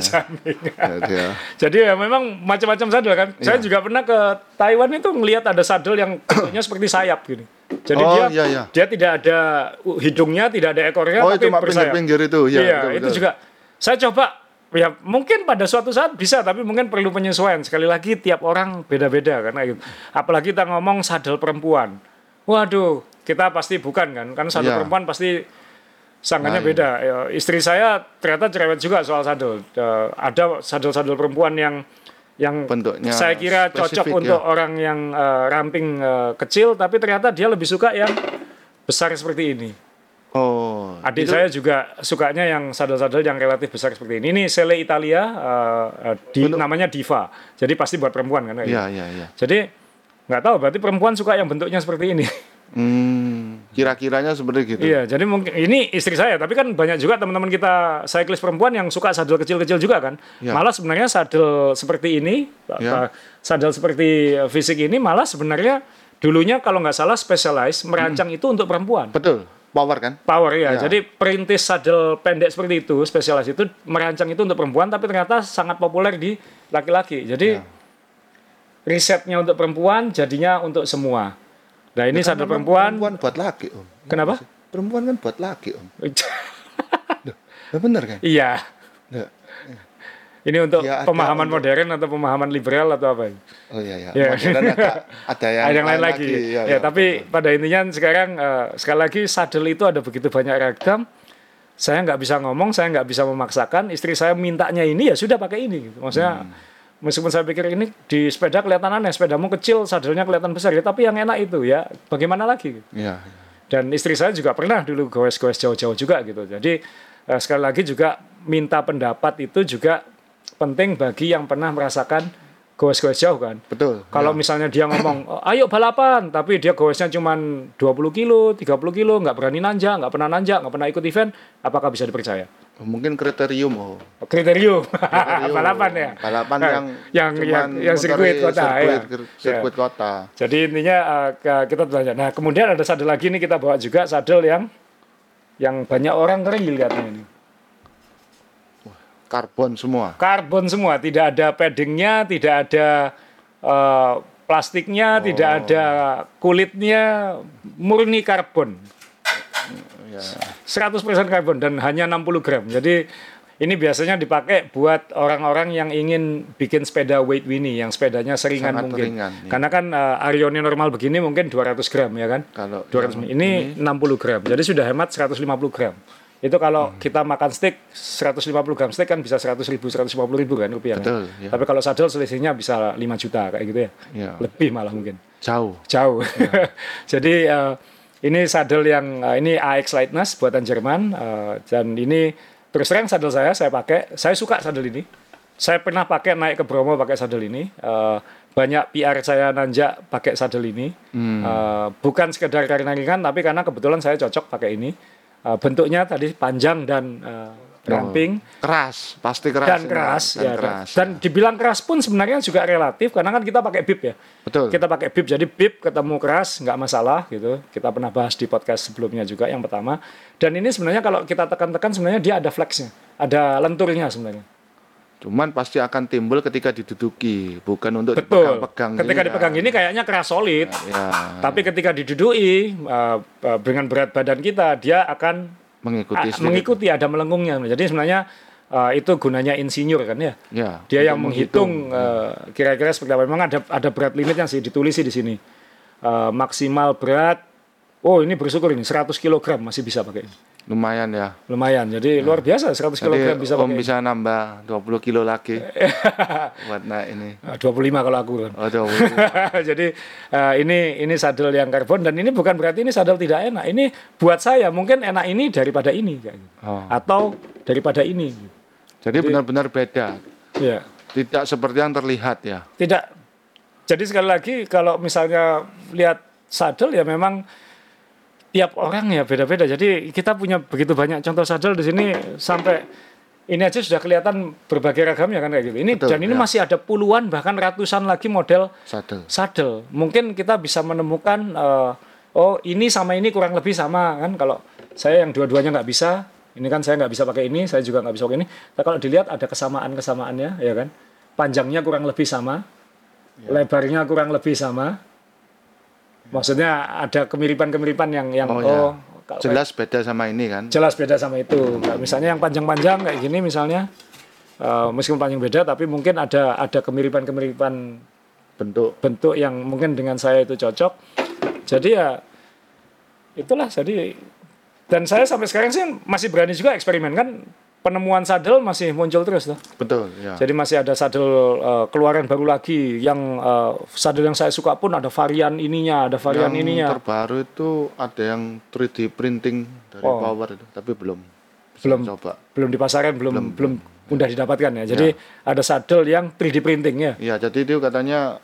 Jadi ya memang macam-macam sadel kan. Saya juga pernah ke Taiwan itu ngelihat ada sadel yang bentuknya seperti sayap gini. Jadi dia tidak ada hidungnya, tidak ada ekornya, tapi cuma bersayap. Pinggir itu ya. Iya, betul. Itu juga saya coba. Ya mungkin pada suatu saat bisa, tapi mungkin perlu penyesuaian. Sekali lagi tiap orang beda-beda karena gitu. Apalagi kita ngomong sadel perempuan. Waduh, kita pasti bukan kan sadel perempuan pasti sangkanya beda. Ya, istri saya ternyata cerewet juga soal sadel. Ada sadel-sadel perempuan yang bentuknya saya kira cocok untuk orang yang ramping kecil, tapi ternyata dia lebih suka yang besar seperti ini. Adik saya juga sukanya yang sadel-sadel yang relatif besar seperti ini. Ini Sele Italia, namanya Diva. Jadi pasti buat perempuan kan? Iya. Jadi nggak tahu, berarti perempuan suka yang bentuknya seperti ini. Kira-kiranya seperti gitu. Iya, jadi mungkin ini istri saya, tapi kan banyak juga teman-teman kita cyclist perempuan yang suka sadel kecil-kecil juga kan. Malah sebenarnya sadel seperti ini, sadel seperti fisik ini malah sebenarnya dulunya kalau nggak salah Specialized merancang itu untuk perempuan. Betul. Power kan? Power ya. Jadi perintis sadel pendek seperti itu, Specialized itu merancang itu untuk perempuan, tapi ternyata sangat populer di laki-laki. Jadi risetnya untuk perempuan, jadinya untuk semua. Nah ini sadel perempuan buat laki, Om. Kenapa? Perempuan kan buat laki, Om. Benar kan? Iya. Ini untuk pemahaman modern atau pemahaman liberal atau apa? Oh iya. Modern ada yang lain lagi. Ya, tapi pada intinya sekarang sekali lagi sadel itu ada begitu banyak ragam. Saya nggak bisa ngomong, saya nggak bisa memaksakan. Istri saya mintanya ini ya sudah pakai ini. Gitu. Maksudnya meskipun saya pikir ini di sepeda kelihatan aneh, sepedamu kecil, sadelnya kelihatan besar ya, tapi yang enak itu ya. Bagaimana lagi? Gitu. Iya. Dan istri saya juga pernah dulu goes-goes jauh-jauh juga gitu. Jadi sekali lagi juga minta pendapat itu juga penting bagi yang pernah merasakan goes-goes jauh kan. Betul. Kalau misalnya dia ngomong, ayo balapan, tapi dia goesnya cuma 20 kilo, 30 kilo, nggak berani nanjak, nggak pernah ikut event, apakah bisa dipercaya? Mungkin kriterium. Kriterium. Balapan ya. Balapan yang sirkuit kota. Sirkuit kota. Jadi intinya kita tanya. Nah kemudian ada sadel lagi nih kita bawa juga sadel yang banyak orang ngeri lihatnya ini. Karbon semua, tidak ada paddingnya, tidak ada plastiknya, tidak ada kulitnya, murni karbon. 100% karbon dan hanya 60 gram. Jadi ini biasanya dipakai buat orang-orang yang ingin bikin sepeda weight winnie, yang sepedanya seringan sangat mungkin. Ringan, ya. Karena kan Arione normal begini mungkin 200 gram ya kan? Kalau 200, ini 60 gram. Jadi sudah hemat 150 gram. Itu kalau kita makan steak 150 gram steak kan bisa 100.000, 150.000 kan rupiah. Betul, kan? Ya. Tapi kalau sadel selisihnya bisa 5 juta kayak gitu ya. Lebih malah mungkin. Jauh. Ya. Jadi ini sadel yang ini AX Lightness buatan Jerman dan ini terus terang sadel saya pakai. Saya suka sadel ini. Saya pernah pakai naik ke Bromo pakai sadel ini. Banyak PR saya nanjak pakai sadel ini. Bukan sekedar karena ringan tapi karena kebetulan saya cocok pakai ini. Bentuknya tadi panjang dan ramping, keras, pasti keras. Dan keras, keras. Dan dibilang keras pun sebenarnya juga relatif karena kan kita pakai bib ya. Betul. Kita pakai bib, jadi bib ketemu keras nggak masalah gitu. Kita pernah bahas di podcast sebelumnya juga yang pertama. Dan ini sebenarnya kalau kita tekan-tekan sebenarnya dia ada flexnya, ada lenturnya sebenarnya. Cuman pasti akan timbul ketika diduduki, bukan untuk dipegang-pegang. Ketika dipegang ini kayaknya keras solid. Tapi ketika diduduki dengan berat badan kita, dia akan mengikuti ada melengkungnya. Jadi sebenarnya itu gunanya insinyur kan ya. Dia yang menghitung kira-kira seperti apa. Memang ada berat limitnya sih, ditulis di sini. Maksimal berat oh ini bersyukur ini 100 kg masih bisa pakai ini. Lumayan ya. Lumayan. Jadi luar biasa 100 kg bisa pakai. Bisa nambah 20 kilo lagi. Buat naik ini. 25 kalau aku kan. Oh, 25. Jadi ini sadel yang karbon, dan ini bukan berarti ini sadel tidak enak. Ini buat saya mungkin enak ini daripada ini kayak gitu. Atau daripada ini. Jadi benar-benar beda. Iya. Tidak seperti yang terlihat ya. Tidak. Jadi sekali lagi kalau misalnya lihat sadel ya memang tiap orang ya beda-beda. Jadi kita punya begitu banyak contoh sadel di sini, sampai ini aja sudah kelihatan berbagai ragamnya kan kayak gitu. Ini betul, dan ini masih ada puluhan bahkan ratusan lagi model sadel. Mungkin kita bisa menemukan oh ini sama ini kurang lebih sama kan. Kalau saya yang dua-duanya nggak bisa, ini kan saya nggak bisa pakai ini, saya juga nggak bisa pakai ini. Tapi kalau dilihat ada kesamaannya ya kan. Panjangnya kurang lebih sama, lebarnya kurang lebih sama. Maksudnya ada kemiripan-kemiripan yang jelas beda sama ini kan? Jelas beda sama itu. Misalnya yang panjang-panjang kayak gini misalnya, meskipun panjang beda, tapi mungkin ada kemiripan-kemiripan bentuk yang mungkin dengan saya itu cocok. Jadi ya itulah. Jadi dan saya sampai sekarang sih masih berani juga eksperimen kan. Penemuan sadel masih muncul terus tuh. Betul ya. Jadi masih ada sadel keluaran baru lagi yang sadel yang saya suka pun ada varian ininya, ada varian yang ininya. Yang terbaru itu ada yang 3D printing dari Power itu, tapi belum coba. Belum di pasaran, belum mudah didapatkan ya. Jadi ada sadel yang 3D printing ya. Iya, jadi itu katanya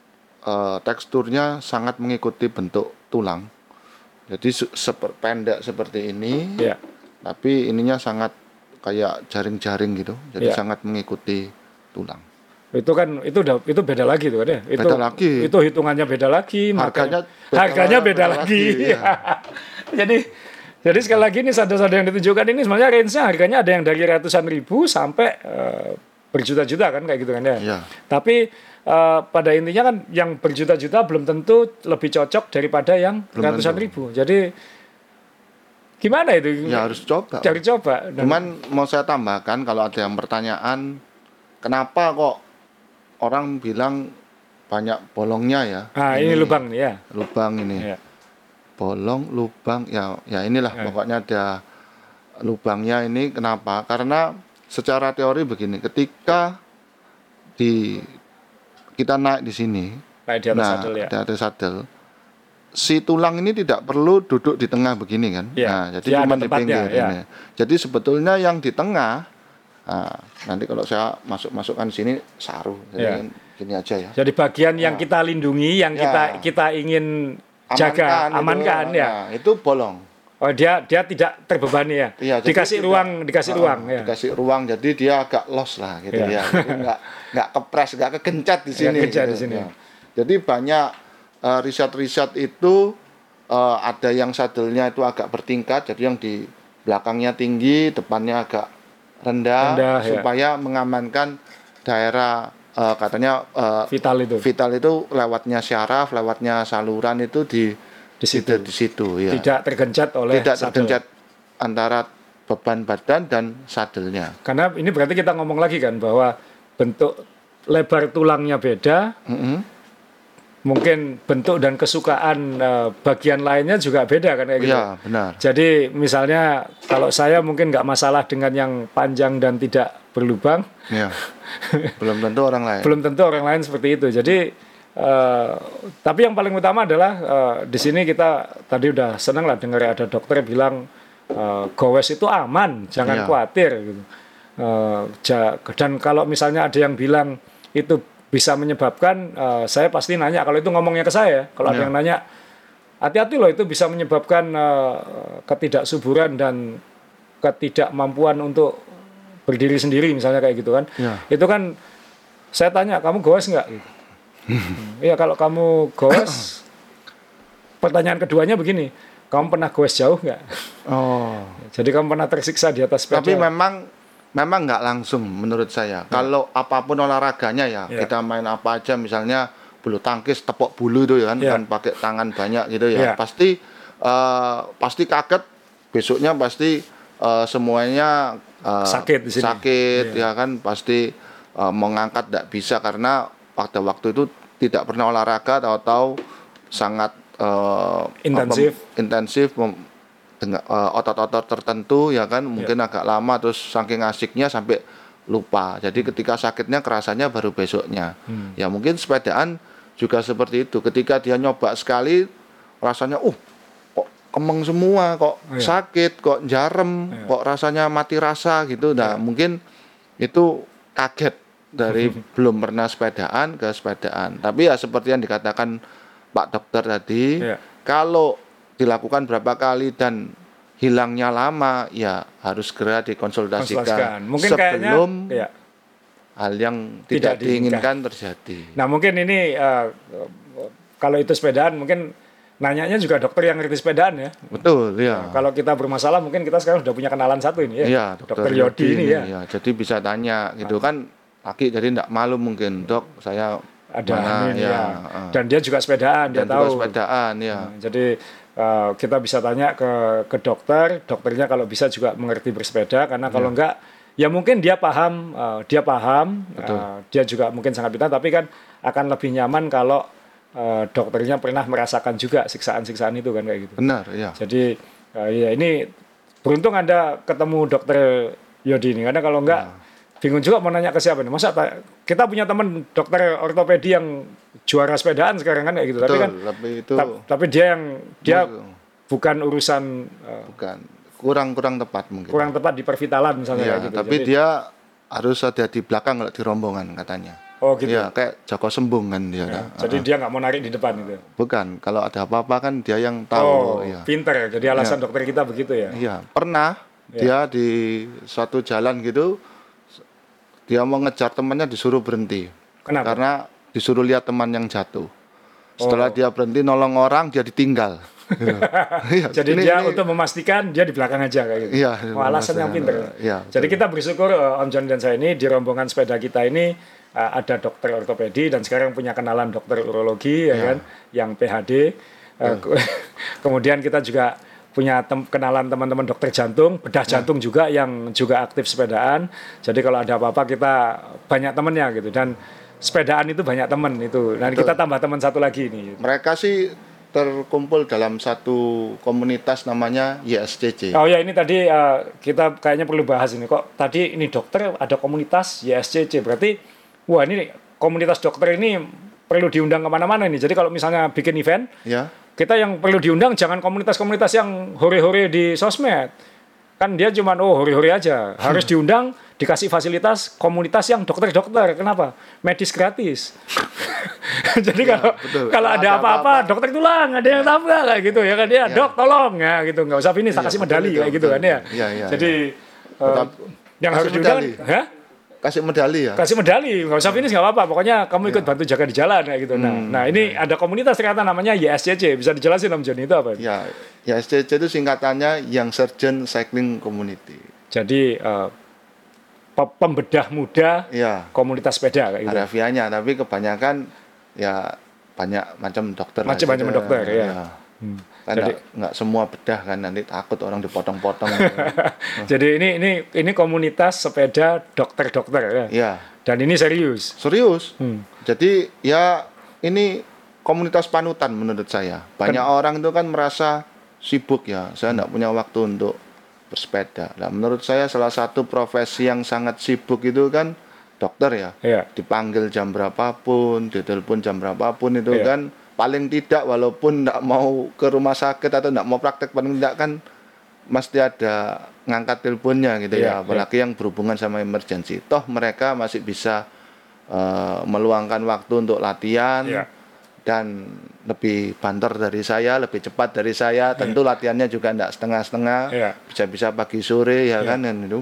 teksturnya sangat mengikuti bentuk tulang. Jadi pendek seperti ini. Ya. Tapi ininya sangat kayak jaring-jaring gitu, jadi sangat mengikuti tulang. Itu kan itu beda lagi tuh kan ya. Beda lagi. Itu hitungannya beda lagi, harganya beda lagi. Ya. Jadi sekali lagi ini sadel-sadel yang ditunjukkan ini sebenarnya range-nya harganya ada yang dari ratusan ribu sampai berjuta-juta kan kayak gitu kan ya. Ya. Tapi pada intinya kan yang berjuta-juta belum tentu lebih cocok daripada yang ratusan ribu. Jadi gimana itu? Ya harus coba. Cari coba. Cuman mau saya tambahkan, kalau ada yang pertanyaan, kenapa kok orang bilang banyak bolongnya ya? Ini lubang nih ya. Lubang ini. Ya. Bolong, lubang, ya inilah pokoknya ada lubangnya ini. Kenapa? Karena secara teori begini, ketika kita naik di sini, naik di atas sadel ya. Di atas sadel. Si tulang ini tidak perlu duduk di tengah begini kan, jadi cuma di pinggir ini. Jadi sebetulnya yang di tengah, nanti kalau saya masukkan sini saru, jadi gini aja ya. Jadi bagian yang kita lindungi, yang kita ingin jaga, amankan itu, ya. Itu bolong. Oh dia tidak terbebani ya. Dikasih ruang, ya. Dikasih ruang, jadi dia agak los lah gitu ya. Jadi nggak kepres, nggak kegencet di sini. Di sini. Ya. Jadi banyak riset-riset itu ada yang sadelnya itu agak bertingkat, jadi yang di belakangnya tinggi, depannya agak rendah supaya mengamankan daerah katanya vital itu lewatnya syaraf, lewatnya saluran itu di situ ya. Tidak tergencet oleh tergencet antara beban badan dan sadelnya. Karena ini berarti kita ngomong lagi kan bahwa bentuk lebar tulangnya beda. Mungkin bentuk dan kesukaan bagian lainnya juga beda kan kayak gitu. Iya, benar. Jadi misalnya kalau saya mungkin nggak masalah dengan yang panjang dan tidak berlubang. Iya. Belum tentu orang lain. Belum tentu orang lain seperti itu. Jadi tapi yang paling utama adalah di sini kita tadi udah senang lah dengar ada dokter bilang gowes itu aman, jangan khawatir gitu. Dan kalau misalnya ada yang bilang itu bisa menyebabkan, saya pasti nanya, kalau itu ngomongnya ke saya, kalau ada yang nanya, hati-hati loh itu bisa menyebabkan ketidaksuburan dan ketidakmampuan untuk berdiri sendiri misalnya kayak gitu kan. Itu kan saya tanya, kamu goes nggak? Gitu. Iya, kalau kamu goes, pertanyaan keduanya begini, kamu pernah goes jauh nggak? Oh. Jadi kamu pernah tersiksa di atas sepeda? Tapi memang nggak langsung menurut saya. Kalau apapun olahraganya kita main apa aja, misalnya bulu tangkis, tepok bulu itu kan pakai tangan banyak gitu ya. Pasti kaget, besoknya pasti semuanya sakit di sini. Ya kan, pasti mengangkat tidak bisa karena pada waktu itu tidak pernah olahraga, tahu-tahu sangat intensif dengan otot-otot tertentu ya kan, mungkin agak lama terus saking asiknya sampai lupa. Jadi ketika sakitnya kerasanya baru besoknya. Ya mungkin sepedaan juga seperti itu. Ketika dia nyoba sekali rasanya kok kemeng semua, kok sakit, kok jarem, kok rasanya mati rasa gitu. Nah, mungkin itu kaget dari belum pernah sepedaan ke sepedaan. Tapi ya seperti yang dikatakan Pak Dokter tadi, kalau dilakukan berapa kali dan hilangnya lama, ya harus segera dikonsultasikan mungkin sebelum hal yang tidak diinginkan terjadi. Nah mungkin ini kalau itu sepedaan mungkin nanyanya juga dokter yang ngerti sepedaan ya. Betul ya. Nah, kalau kita bermasalah mungkin kita sekarang sudah punya kenalan satu ini ya. Iya, Dokter Yodi ini ya. Jadi bisa tanya gitu kan. Laki jadi tidak malu mungkin, Dok, saya ada ini ya. Dan dia juga sepedaan, dia tahu. Sepedaan ya. Nah, jadi kita bisa tanya ke dokter, dokternya kalau bisa juga mengerti bersepeda, karena kalau enggak ya mungkin dia paham, dia juga mungkin sangat pintar, tapi kan akan lebih nyaman kalau dokternya pernah merasakan juga siksaan-siksaan itu kan kayak gitu. Benar, ya. Jadi ya ini beruntung Anda ketemu Dokter Yodi ini, karena kalau enggak bingung juga mau nanya ke siapa nih. Masa kita punya teman dokter ortopedi yang juara sepedaan sekarang kan kayak gitu. Betul, tapi dia bukan urusan kurang tepat mungkin. Kurang tepat di pervitalan misalnya kayak gitu. Tapi jadi, dia harus ada di belakang kalau di rombongan katanya. Oh gitu. Iya, kayak Joko Sembung kan dia. Jadi dia nggak mau narik di depan itu. Bukan, kalau ada apa-apa kan dia yang tahu. Pinter ya. Jadi alasan dokter kita begitu ya. Iya, pernah dia di suatu jalan gitu. Dia mau ngejar temannya disuruh berhenti. Kenapa? Karena disuruh lihat teman yang jatuh. Setelah dia berhenti nolong orang, dia ditinggal. Jadi dia untuk memastikan dia di belakang aja kayak gitu. Iya. Alasan yang pintar. Jadi kita bersyukur Om John dan saya ini di rombongan sepeda kita ini ada dokter ortopedi dan sekarang punya kenalan dokter urologi ya kan, yang PhD. Kemudian kita juga punya kenalan teman-teman dokter jantung, bedah jantung juga yang juga aktif sepedaan. Jadi kalau ada apa-apa kita banyak temennya gitu, dan sepedaan itu banyak teman itu. Dan kita tambah teman satu lagi nih. Mereka sih terkumpul dalam satu komunitas namanya YSCC. Oh ya, ini tadi kita kayaknya perlu bahas ini. Kok tadi ini dokter ada komunitas YSCC, berarti wah ini komunitas dokter ini perlu diundang kemana-mana ini. Jadi kalau misalnya bikin event, kita yang perlu diundang jangan komunitas-komunitas yang hore-hore di sosmed. Kan dia cuma hore-hore aja. Harus diundang, dikasih fasilitas komunitas yang dokter-dokter. Kenapa? Medis gratis. Jadi kalau ada apa-apa, dokter tulang, ada yang tabrak kayak gitu ya kan dia, Dok tolong ya gitu. Enggak usah finish, kasih medali kayak gitu kan ya. Jadi yang harus diundang, kasih medali ya. Kasih medali, nggak usah finish nggak apa-apa. Pokoknya kamu ikut bantu jaga di jalan kayak gitu. Nah ini ada komunitas ternyata namanya YSCC. Bisa dijelasin Om Joni itu apa? Ya, YSCC itu singkatannya Young Surgeon Cycling Community. Jadi pembedah muda komunitas sepeda kayak gitu. Harafiahnya, tapi kebanyakan ya banyak macam dokter. Macam-macam dokter ya. Karena nggak semua bedah kan, nanti takut orang dipotong-potong. Jadi ini komunitas sepeda dokter-dokter ya. Dan ini serius. Jadi ya ini komunitas panutan menurut saya. Banyak orang itu kan merasa sibuk ya. Saya nggak punya waktu untuk bersepeda. Nah, menurut saya salah satu profesi yang sangat sibuk itu kan dokter ya. Dipanggil jam berapapun, ditelepon jam berapapun itu kan. Paling tidak walaupun tidak mau ke rumah sakit atau tidak mau praktek, paling tidak kan mesti ada ngangkat teleponnya gitu ya. Apalagi yang berhubungan sama emergency. Toh mereka masih bisa meluangkan waktu untuk latihan dan lebih banter dari saya, lebih cepat dari saya. Tentu latihannya juga tidak setengah-setengah, bisa-bisa pagi sore ya kan itu.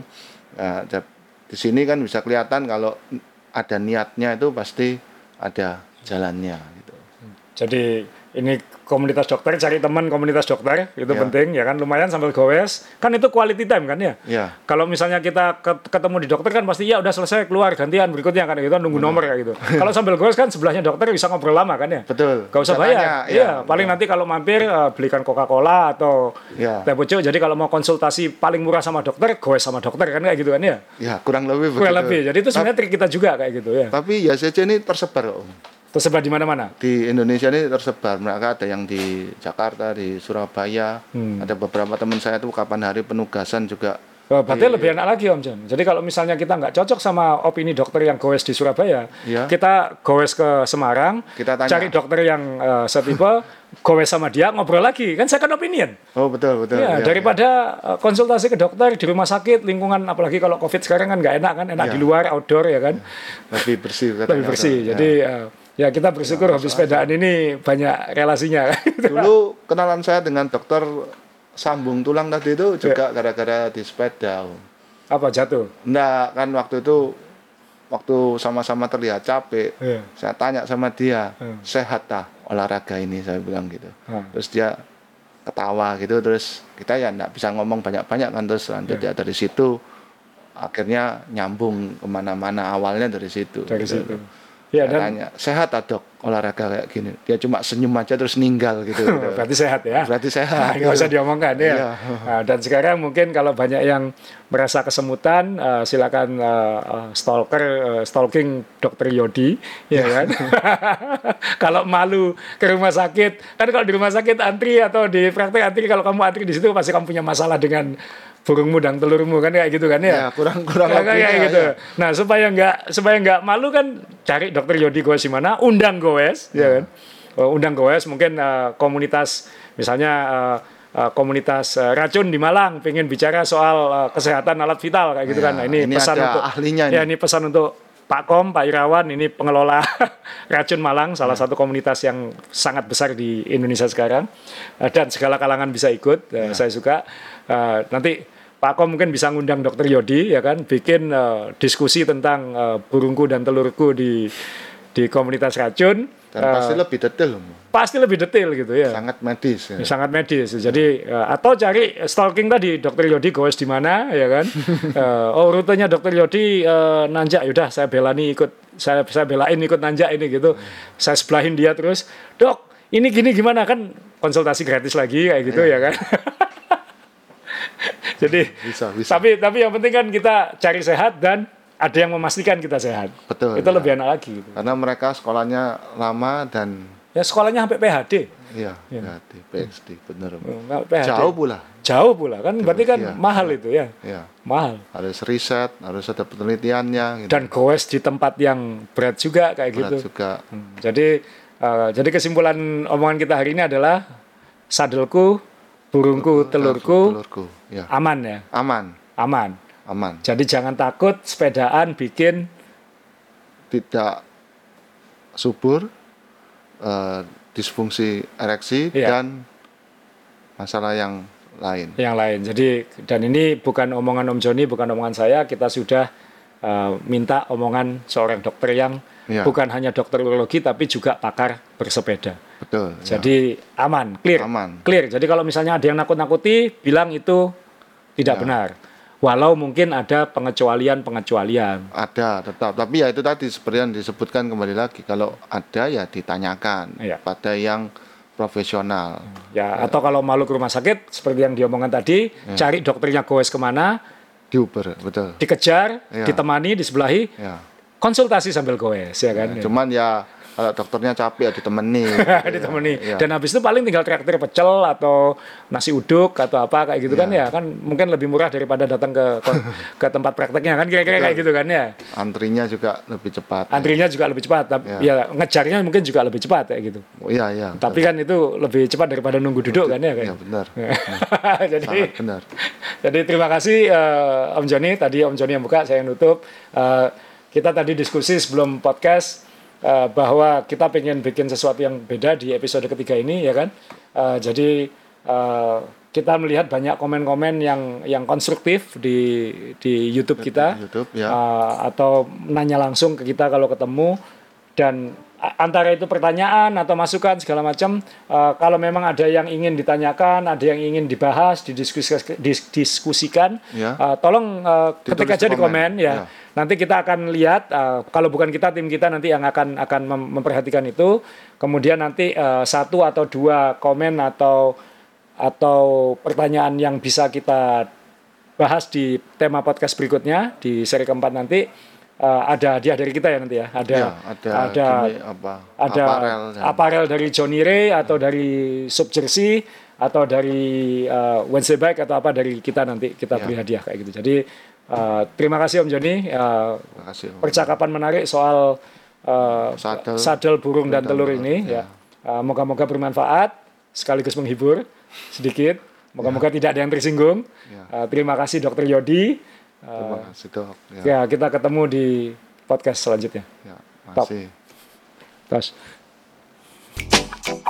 Di sini kan bisa kelihatan kalau ada niatnya itu pasti ada jalannya. Jadi ini komunitas dokter, cari teman komunitas dokter itu penting ya kan, lumayan sambil goes kan, itu quality time kan ya. Kalau misalnya kita ketemu di dokter kan pasti ya udah selesai keluar gantian berikutnya kan gitu, nunggu nomor kayak gitu. Kalau sambil goes kan sebelahnya dokter bisa ngobrol lama kan ya. Betul. Gak usah bayar. Paling nanti kalau mampir belikan Coca-Cola atau teh pucuk. Jadi kalau mau konsultasi paling murah sama dokter, goes sama dokter kan kayak gitu kan ya. Kurang lebih. Jadi itu sebenarnya trik kita juga kayak gitu ya. Tapi YSCC ini tersebar Om. Tersebar di mana-mana? Di Indonesia ini tersebar. Mereka ada yang di Jakarta, di Surabaya. Ada beberapa teman saya tuh kapan hari penugasan juga. Berarti lebih enak lagi Om John. Jadi kalau misalnya kita nggak cocok sama opini dokter yang goes di Surabaya, kita goes ke Semarang, kita cari dokter yang setipe, goes sama dia, ngobrol lagi. Kan second opinion. Oh betul. Ya, daripada konsultasi ke dokter di rumah sakit, lingkungan, apalagi kalau COVID sekarang kan nggak enak kan, enak di luar, outdoor ya kan. Lebih bersih. Lebih bersih. Jadi ya kita bersyukur hobi sepedaan ini banyak relasinya. Dulu kenalan saya dengan dokter sambung tulang tadi itu juga gara-gara di sepeda. Apa jatuh? Enggak, kan waktu itu sama-sama terlihat capek. Saya tanya sama dia, sehat tak olahraga ini, saya bilang gitu. Terus dia ketawa gitu, terus kita ya enggak bisa ngomong banyak-banyak kan, terus lanjut ya dari situ akhirnya nyambung kemana-mana, awalnya dari situ. Dari gitu. situ. Ya, dan tanya, sehat tak dok olahraga kayak gini? Dia cuma senyum aja terus ninggal gitu. Berarti sehat ya? Berarti sehat. Nggak usah diomongkan ya. Iya. Nah, dan sekarang mungkin kalau banyak yang merasa kesemutan, silakan stalking Dokter Yodi, ya kan? Kalau malu ke rumah sakit, kan kalau di rumah sakit antri atau di praktek antri, kalau kamu antri di situ pasti kamu punya masalah dengan burungmu dan telurmu kan kayak gitu kan ya? Ya kurang kayak gitu. Ya. Nah supaya nggak malu kan cari Dokter Yodi goes di mana, undang goes, ya kan? Undang goes mungkin komunitas misalnya komunitas racun di Malang pengen bicara soal kesehatan alat vital kayak gitu kan. Nah, ini pesan untuk ahlinya nih. Ya ini pesan untuk Pak Kom, Pak Irawan, ini pengelola Racun Malang, salah satu komunitas yang sangat besar di Indonesia sekarang, dan segala kalangan bisa ikut. Saya suka. Nanti Pak Kom mungkin bisa ngundang Dokter Yodi, ya kan, bikin diskusi tentang burungku dan telurku di komunitas racun. Dan pasti lebih detail. Pasti lebih detail gitu ya. Sangat medis. Ya. Sangat medis. Jadi atau cari stalking tadi Dokter Yodi goes di mana, ya kan? Rutenya Dokter Yodi nanjak, yaudah saya belain ikut nanjak ini gitu. Saya sebelahin dia terus, dok ini gini gimana, kan konsultasi gratis lagi kayak gitu ya kan? Jadi bisa. Tapi yang penting kan kita cari sehat dan ada yang memastikan kita sehat. Betul. Itu lebih enak lagi. Gitu. Karena mereka sekolahnya lama dan ya sekolahnya sampai PhD. Iya, PhD, PhD, benar. PhD. Jauh pula kan, berarti kan mahal itu ya. Iya. Mahal. Harus riset, harus ada penelitiannya. Gitu. Dan goes di tempat yang berat juga kayak gitu. Juga. Jadi kesimpulan omongan kita hari ini adalah sadelku, burungku, telurku. Ya. Aman ya. Aman. Jadi jangan takut sepedaan bikin tidak subur, disfungsi ereksi dan masalah yang lain. Jadi dan ini bukan omongan Om Joni, bukan omongan saya. Kita sudah minta omongan seorang dokter yang bukan hanya dokter urologi tapi juga pakar bersepeda. Betul. Jadi aman, clear. Jadi kalau misalnya ada yang nakut-nakuti, bilang itu tidak benar. Walau mungkin ada pengecualian. Ada, tetap. Tapi ya itu tadi seperti yang disebutkan kembali lagi. Kalau ada ya ditanyakan pada yang profesional. Ya, atau kalau malu ke rumah sakit, seperti yang diomongkan tadi, cari dokternya goes kemana. Diuber, betul. Dikejar, ditemani, disebelahi, konsultasi sambil goes, ya kan. Cuman ya kalau dokternya capek ya ditemani. Dan habis itu paling tinggal traktir pecel atau nasi uduk atau apa kayak gitu kan ya. Kan mungkin lebih murah daripada datang ke tempat prakteknya kan, kira-kira kayak gitu kan ya. Antrinya juga lebih cepat. Tapi ya ngejarnya mungkin juga lebih cepat kayak gitu. Iya. Tapi kan itu lebih cepat daripada nunggu duduk kan ya. Iya benar. Sangat benar. Jadi terima kasih Om Joni. Tadi Om Joni yang buka, saya yang nutup. Kita tadi diskusi sebelum podcast bahwa kita pengen bikin sesuatu yang beda di episode ketiga ini ya kan. Jadi kita melihat banyak komen-komen yang konstruktif di YouTube kita, atau nanya langsung ke kita kalau ketemu, dan antara itu pertanyaan atau masukan segala macam. Kalau memang ada yang ingin ditanyakan, ada yang ingin dibahas, didiskusikan, tolong ketik aja di komen ya. Nanti kita akan lihat, kalau bukan kita, tim kita nanti yang akan memperhatikan itu. Kemudian nanti 1 atau 2 komen atau pertanyaan yang bisa kita bahas di tema podcast berikutnya di seri keempat nanti. ada hadiah dari kita ya nanti ya. Ada aparel dari Johnny Ray atau dari Sub Jersey atau dari Wednesday Bike atau apa dari kita nanti kita beri hadiah kayak gitu. Jadi terima kasih Om Joni. Percakapan menarik soal sadel burung dan telur ini ya. Moga-moga bermanfaat sekaligus menghibur sedikit. Moga-moga tidak ada yang tersinggung. Terima kasih Dr. Yodi. Terima kasih Dok. Ya, kita ketemu di podcast selanjutnya. Ya, masih. Top. Tos.